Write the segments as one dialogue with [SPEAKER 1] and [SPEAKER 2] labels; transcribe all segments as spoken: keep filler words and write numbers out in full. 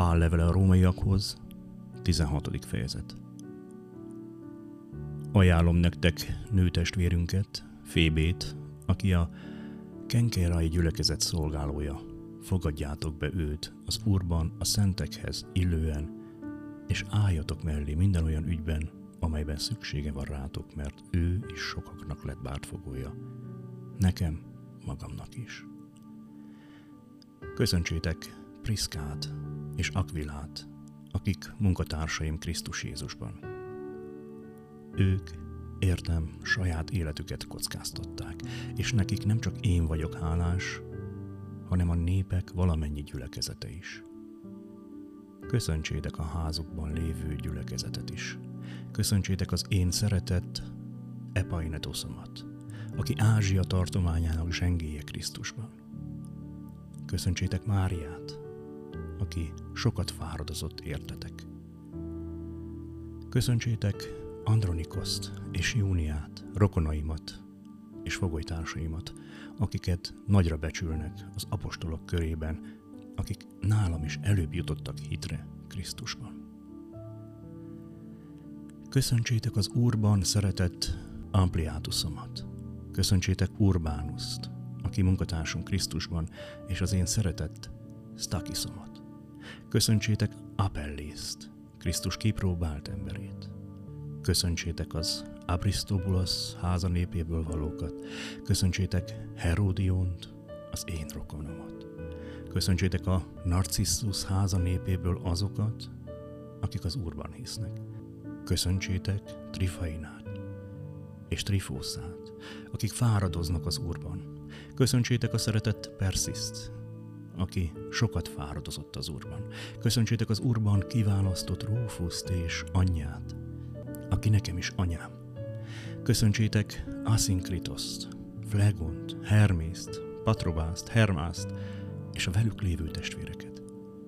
[SPEAKER 1] Pál levele a rómaiakhoz, tizenhatodik fejezet. Ajánlom nektek nőtestvérünket, Fébét, aki a kenkerai gyülekezet szolgálója. Fogadjátok be őt az Úrban a szentekhez illően, és álljatok mellé minden olyan ügyben, amelyben szüksége van rátok, mert ő is sokaknak lett bártfogója. Nekem, magamnak is. Köszöntsétek Priszkát és Akvilát, akik munkatársaim Krisztus Jézusban. Ők, értem, saját életüket kockáztatták, és nekik nem csak én vagyok hálás, hanem a népek valamennyi gyülekezete is. Köszöntsétek a házukban lévő gyülekezetet is. Köszöntsétek az én szeretett Epainetoszomat, aki Ázsia tartományának zsengéje Krisztusban. Köszöntsétek Máriát, aki sokat fáradozott értetek. Köszöntsétek Andronikoszt és Júniát, rokonaimat és fogolytársaimat, akiket nagyra becsülnek az apostolok körében, akik nálam is előbb jutottak hitre Krisztusban. Köszöntsétek az Úrban szeretett Ampliátusomat. Köszöntsétek Urbánuszt, aki munkatársunk Krisztusban, és az én szeretett Sztakiszomat. Köszöntsétek Apellészt, Krisztus kipróbált emberét. Köszöntsétek az Abrisztobulosz háza népéből valókat. Köszöntsétek Heródiont, az én rokonomat. Köszöntsétek a Narcissus háza népéből azokat, akik az Úrban hisznek. Köszöntsétek Trifainát és Trifószát, akik fáradoznak az Úrban. Köszöntsétek a szeretett Persziszt, aki sokat fáradozott az Úrban. Köszöntsétek az Úrban kiválasztott Rófuszt és anyját, aki nekem is anyám. Köszöntsétek Aszinkritoszt, Flegont, Hermészt, Patrobászt, Hermászt és a velük lévő testvéreket.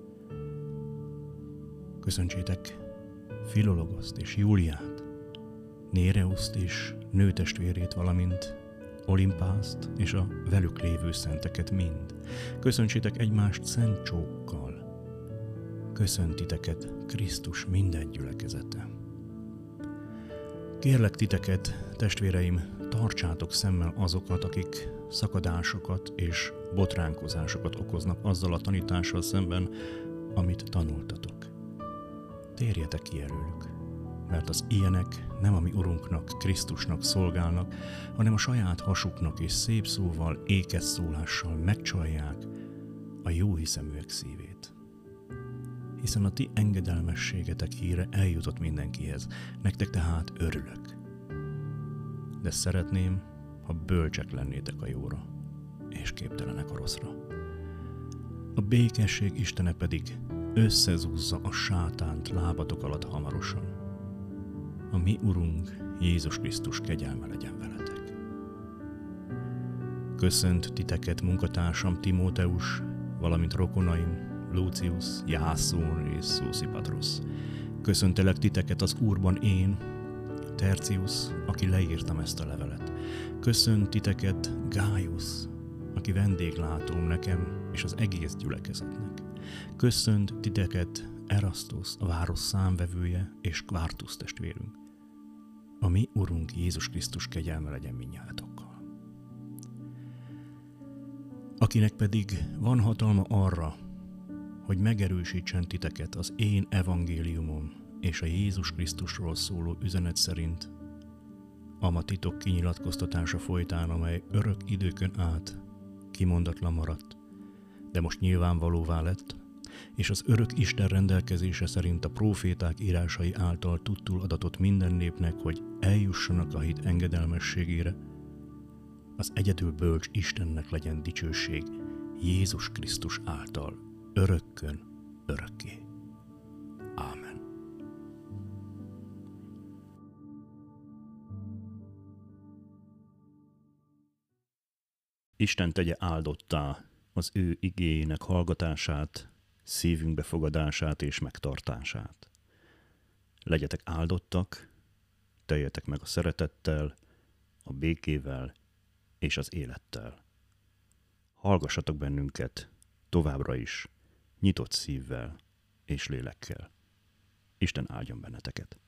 [SPEAKER 1] Köszöntsétek Filologoszt és Júliát, Néreuszt és nőtestvérét, valamint Olimpászt és a velük lévő szenteket mind. Köszöntsétek egymást szent csókkal. Köszönt titeket Krisztus minden gyülekezete. Kérlek titeket, testvéreim, tartsátok szemmel azokat, akik szakadásokat és botránkozásokat okoznak azzal a tanítással szemben, amit tanultatok. Térjetek ki előlük, mert az ilyenek nem a mi Urunknak, Krisztusnak szolgálnak, hanem a saját hasuknak és szép szóval, ékes szólással megcsalják a jóhiszeműek szívét. Hiszen a ti engedelmességetek híre eljutott mindenkihez, nektek tehát örülök. De szeretném, ha bölcsek lennétek a jóra, és képtelenek a rosszra. A békesség Istene pedig összezúzza a sátánt lábatok alatt hamarosan. A mi Urunk, Jézus Krisztus kegyelme legyen veletek. Köszönt titeket munkatársam Timóteus, valamint rokonaim, Lucius, Jászón és Szószipatrusz. Köszöntelek titeket az Úrban én, Tercius, aki leírtam ezt a levelet. Köszönt titeket Gájusz, aki vendéglátóm nekem és az egész gyülekezetnek. Köszönt titeket Erasztus, a város számvevője, és Kvártusz testvérünk. A mi Urunk Jézus Krisztus kegyelme legyen mindnyájatokkal. Akinek pedig van hatalma arra, hogy megerősítsen titeket az én evangéliumon és a Jézus Krisztusról szóló üzenet szerint, ama titok kinyilatkoztatása folytán, amely örök időkön át kimondatlan maradt, de most nyilvánvalóvá lett, és az örök Isten rendelkezése szerint a próféták írásai által tudtul adatott minden népnek, hogy eljussanak a hit engedelmességére, az egyedül bölcs Istennek legyen dicsőség Jézus Krisztus által, örökkön, örökké. Ámen. Isten tegye áldottá az ő igéjének hallgatását, szívünk befogadását és megtartását. Legyetek áldottak, teljetek meg a szeretettel, a békével és az élettel. Hallgassatok bennünket továbbra is, nyitott szívvel és lélekkel. Isten áldjon benneteket!